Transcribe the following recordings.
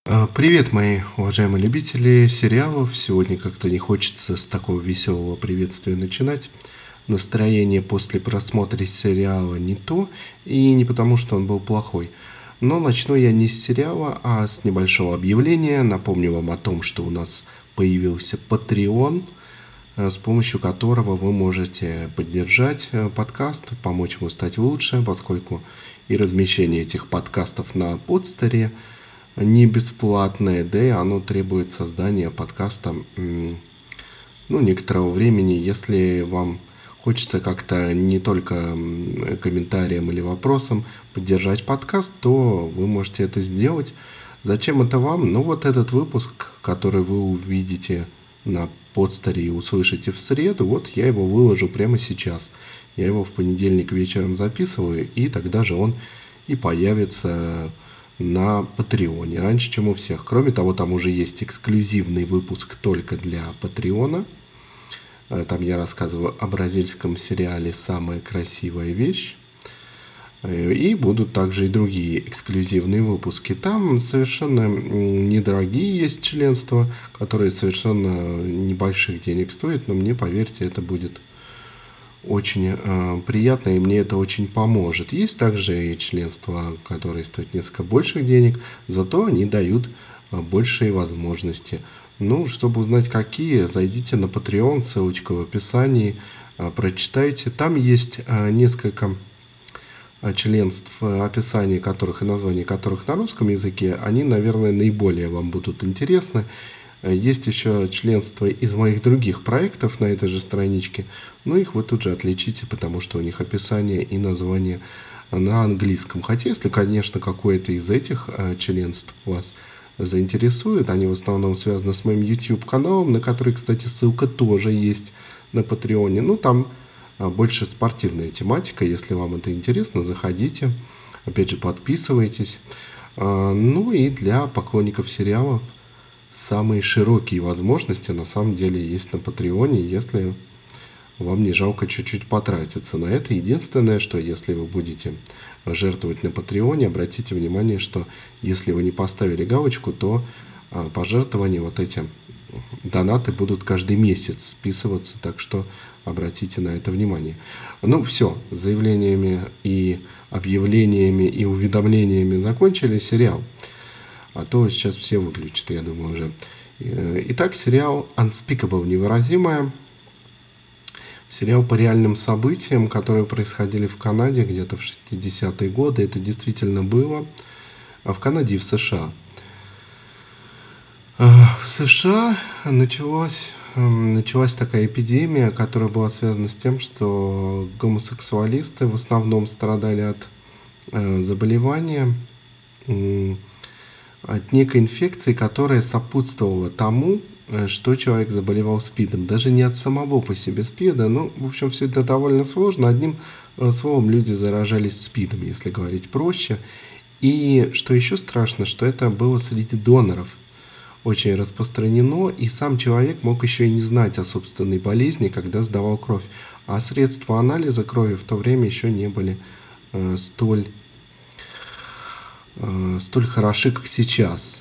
Привет, мои уважаемые любители сериалов. Сегодня как-то не хочется с такого веселого приветствия начинать. Настроение после просмотра сериала не то, и не потому, что он был плохой. Но начну я не с сериала, а с небольшого объявления. Напомню вам о том, что у нас появился Patreon, с помощью которого вы можете поддержать подкаст, помочь ему стать лучше, поскольку и размещение этих подкастов на подстере не бесплатное, да и оно требует создания подкаста некоторого времени. Если вам хочется как-то не только комментарием или вопросом поддержать подкаст, то вы можете это сделать. Зачем это вам? Вот этот выпуск, который вы увидите на подстере и услышите в среду, вот я его выложу прямо сейчас. Я его в понедельник вечером записываю, и тогда же он и появится на Патреоне раньше, чем у всех. Кроме того, там уже есть эксклюзивный выпуск только для Патреона. Там я рассказываю о бразильском сериале «Самая красивая вещь». И будут также и другие эксклюзивные выпуски. Там совершенно недорогие есть членства, которые совершенно небольших денег стоят, но мне, поверьте, это будет очень приятно, и мне это очень поможет. Есть также и членства, которые стоят несколько больших денег, зато они дают большие возможности. Чтобы узнать какие, зайдите на Patreon, ссылочка в описании, прочитайте. Там есть несколько членств, описание которых и название которых на русском языке. Они, наверное, наиболее вам будут интересны. Есть еще членство из моих других проектов на этой же страничке, но их вы тут же отличите, потому что у них описание и название на английском. Хотя, если, конечно, какое-то из этих членств вас заинтересует, они в основном связаны с моим YouTube-каналом, на который, кстати, ссылка тоже есть на Патреоне. Там больше спортивная тематика. Если вам это интересно, заходите. Опять же, подписывайтесь. И для поклонников сериалов самые широкие возможности на самом деле есть на Патреоне, если вам не жалко чуть-чуть потратиться на это. Единственное, что если вы будете жертвовать на Патреоне, обратите внимание, что если вы не поставили галочку, то пожертвования, эти донаты будут каждый месяц списываться, так что обратите на это внимание. Все, с заявлениями и объявлениями и уведомлениями закончили. Сериал. А то сейчас все выключат, я думаю, уже. Итак, сериал Unspeakable, невыразимое. Сериал по реальным событиям, которые происходили в Канаде где-то в 60-е годы. Это действительно было. В Канаде и в США. В США началась такая эпидемия, которая была связана с тем, что гомосексуалисты в основном страдали от заболевания, от некой инфекции, которая сопутствовала тому, что человек заболевал СПИДом. Даже не от самого по себе СПИДа. В общем, все это довольно сложно. Одним словом, люди заражались СПИДом, если говорить проще. И что еще страшно, что это было среди доноров очень распространено, и сам человек мог еще и не знать о собственной болезни, когда сдавал кровь. А средства анализа крови в то время еще не были столь хороши, как сейчас.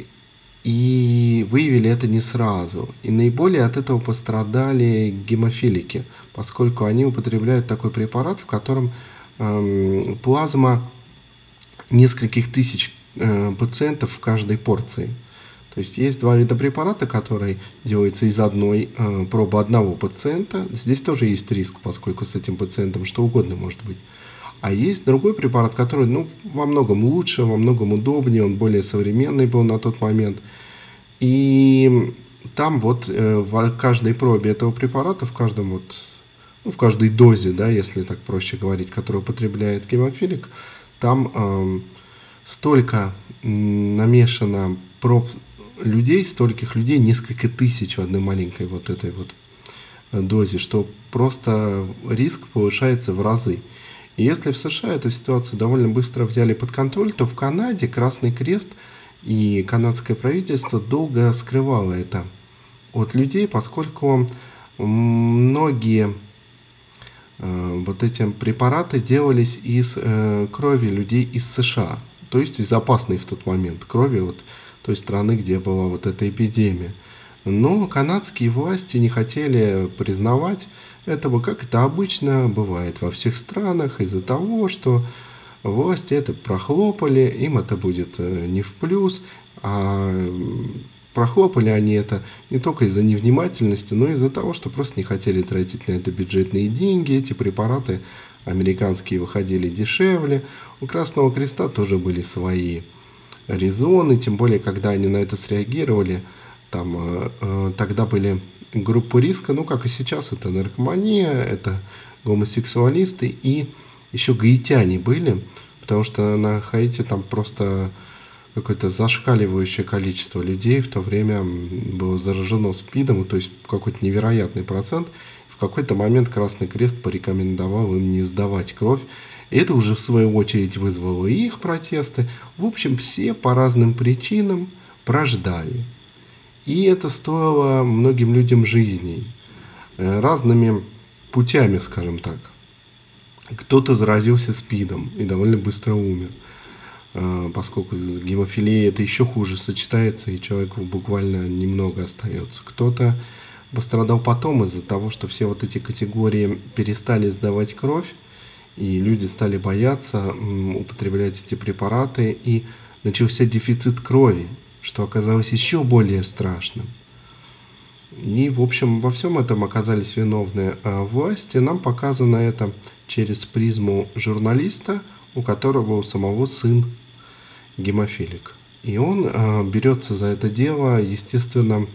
И выявили это не сразу. И наиболее от этого пострадали гемофилики, поскольку они употребляют такой препарат, в котором плазма нескольких тысяч пациентов в каждой порции. То есть есть два вида препарата, которые делаются из одной пробы одного пациента. Здесь тоже есть риск, поскольку с этим пациентом что угодно может быть. А есть другой препарат, который во многом лучше, во многом удобнее, он более современный был на тот момент. И там в каждой пробе этого препарата, в каждой дозе, если так проще говорить, которую употребляет гемофилик, там столько намешано проб людей, стольких людей, несколько тысяч в одной маленькой этой дозе, что просто риск повышается в разы. И если в США эту ситуацию довольно быстро взяли под контроль, то в Канаде Красный Крест и канадское правительство долго скрывало это от людей, поскольку многие эти препараты делались из крови людей из США, то есть из опасной в тот момент крови той страны, где была вот эта эпидемия. Но канадские власти не хотели признавать этого, как это обычно бывает во всех странах, из-за того, что власти это прохлопали, им это будет не в плюс, а прохлопали они это не только из-за невнимательности, но и из-за того, что просто не хотели тратить на это бюджетные деньги. Эти препараты американские выходили дешевле. У Красного Креста тоже были свои резоны, тем более, когда они на это среагировали, тогда были группы риска, ну, как и сейчас, это наркомания, это гомосексуалисты и еще гаитяне были, потому что на Хаити там просто какое-то зашкаливающее количество людей в то время было заражено СПИДом, то есть какой-то невероятный процент. В какой-то момент Красный Крест порекомендовал им не сдавать кровь. И это уже в свою очередь вызвало и их протесты. В общем, все по разным причинам прождали. И это стоило многим людям жизней. Разными путями, скажем так. Кто-то заразился СПИДом и довольно быстро умер. Поскольку с гемофилией это еще хуже сочетается, и человеку буквально немного остается. Кто-то пострадал потом из-за того, что все вот эти категории перестали сдавать кровь, и люди стали бояться употреблять эти препараты, и начался дефицит крови, что оказалось еще более страшным. И, в общем, во всем этом оказались виновны власти. Нам показано это через призму журналиста, у которого у самого сын гемофилик. И он берется за это дело, естественно,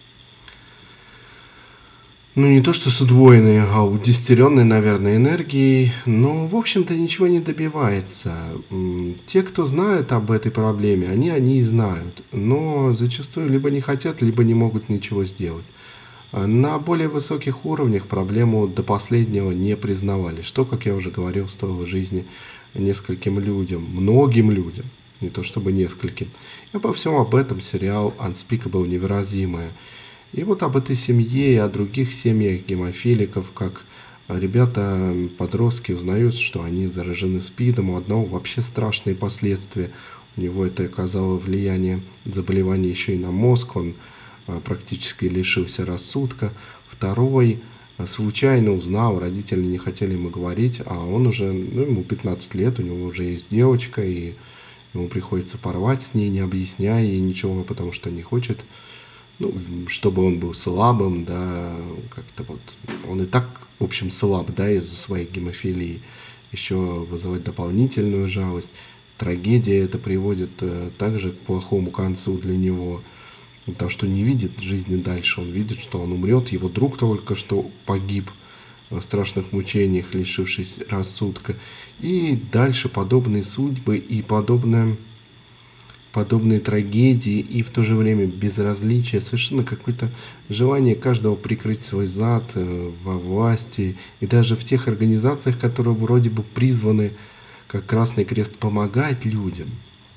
не то что с удвоенной, а удесятеренной, наверное, энергией, но, в общем-то, ничего не добивается. Те, кто знают об этой проблеме, они и знают, но зачастую либо не хотят, либо не могут ничего сделать. На более высоких уровнях проблему до последнего не признавали, что, как я уже говорил, стоило жизни нескольким людям, многим людям, не то чтобы нескольким. И обо всем об этом сериал Unspeakable «Невыразимое». И вот об этой семье и о других семьях гемофиликов, как ребята, подростки узнают, что они заражены СПИДом, у одного вообще страшные последствия. У него это оказало влияние заболевания еще и на мозг, он практически лишился рассудка. Второй случайно узнал, родители не хотели ему говорить, а он уже, ему 15 лет, у него уже есть девочка, и ему приходится порвать с ней, не объясняя ей ничего, потому что не хочет, чтобы он был слабым, да, как-то вот, он и так, в общем, слаб, да, из-за своей гемофилии, еще вызывать дополнительную жалость. Трагедия это приводит также к плохому концу для него, потому что не видит жизни дальше, он видит, что он умрет, его друг только что погиб в страшных мучениях, лишившись рассудка, и дальше подобные судьбы и подобные трагедии, и в то же время безразличие, совершенно какое-то желание каждого прикрыть свой зад во власти, и даже в тех организациях, которые вроде бы призваны, как Красный Крест, помогать людям,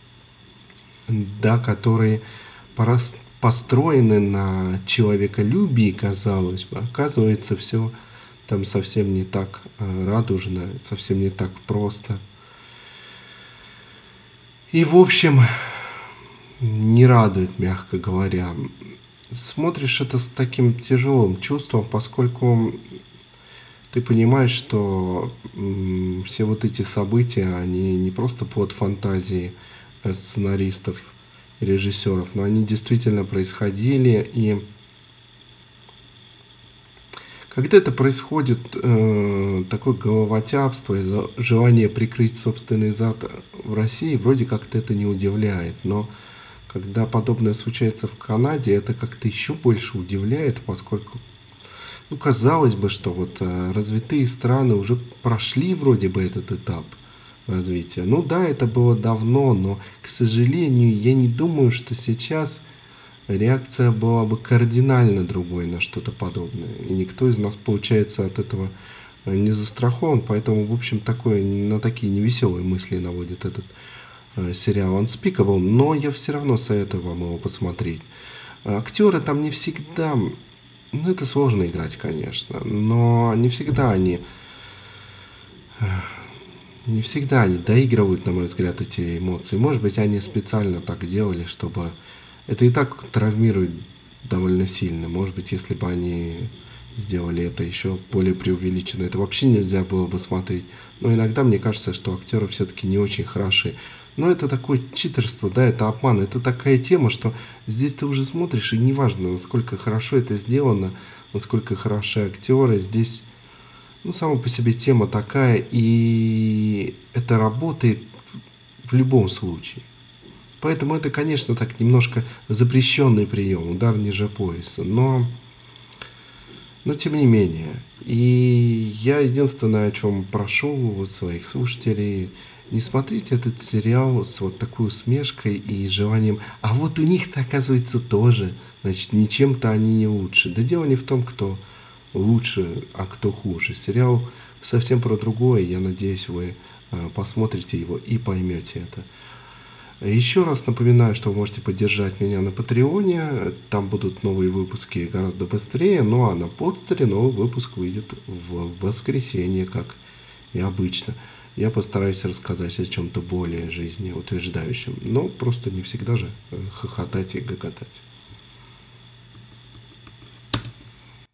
да, которые построены на человеколюбии, казалось бы, оказывается, все там совсем не так радужно, совсем не так просто. И, в общем, не радует, мягко говоря. Смотришь это с таким тяжелым чувством, поскольку ты понимаешь, что все вот эти события, они не просто плод фантазии сценаристов и режиссеров, но они действительно происходили. И когда это происходит, такое головотяпство из-за желания прикрыть собственный зад в России, вроде как-то это не удивляет. Но когда подобное случается в Канаде, это как-то еще больше удивляет, поскольку, казалось бы, что вот развитые страны уже прошли вроде бы этот этап развития. Да, это было давно, но, к сожалению, я не думаю, что сейчас реакция была бы кардинально другой на что-то подобное. И никто из нас, получается, от этого не застрахован. Поэтому, в общем, на такие невеселые мысли наводит этот сериал Unspeakable. Но я все равно советую вам его посмотреть. Актеры там не всегда... это сложно играть, конечно. Но не всегда они доигрывают, на мой взгляд, эти эмоции. Может быть, они специально так делали, чтобы это и так травмирует довольно сильно. Может быть, если бы они сделали это еще более преувеличенно, это вообще нельзя было бы смотреть. Но иногда мне кажется, что актеры все-таки не очень хороши. Но это такое читерство, да, это обман. Это такая тема, что здесь ты уже смотришь, и неважно, насколько хорошо это сделано, насколько хороши актеры. Здесь, ну, сама по себе тема такая, и это работает в любом случае. Поэтому это, конечно, так немножко запрещенный прием, удар ниже пояса. Но тем не менее. И я единственное, о чем прошу вот своих слушателей, не смотрите этот сериал с вот такой усмешкой и желанием, а вот у них-то, оказывается, тоже, значит, ничем-то они не лучше. Да дело не в том, кто лучше, а кто хуже. Сериал совсем про другое. Я надеюсь, вы посмотрите его и поймете это. Еще раз напоминаю, что вы можете поддержать меня на Патреоне. Там будут новые выпуски гораздо быстрее. Ну а на Подстере новый выпуск выйдет в воскресенье, как и обычно. Я постараюсь рассказать о чем-то более жизнеутверждающем. Но просто не всегда же хохотать и гоготать.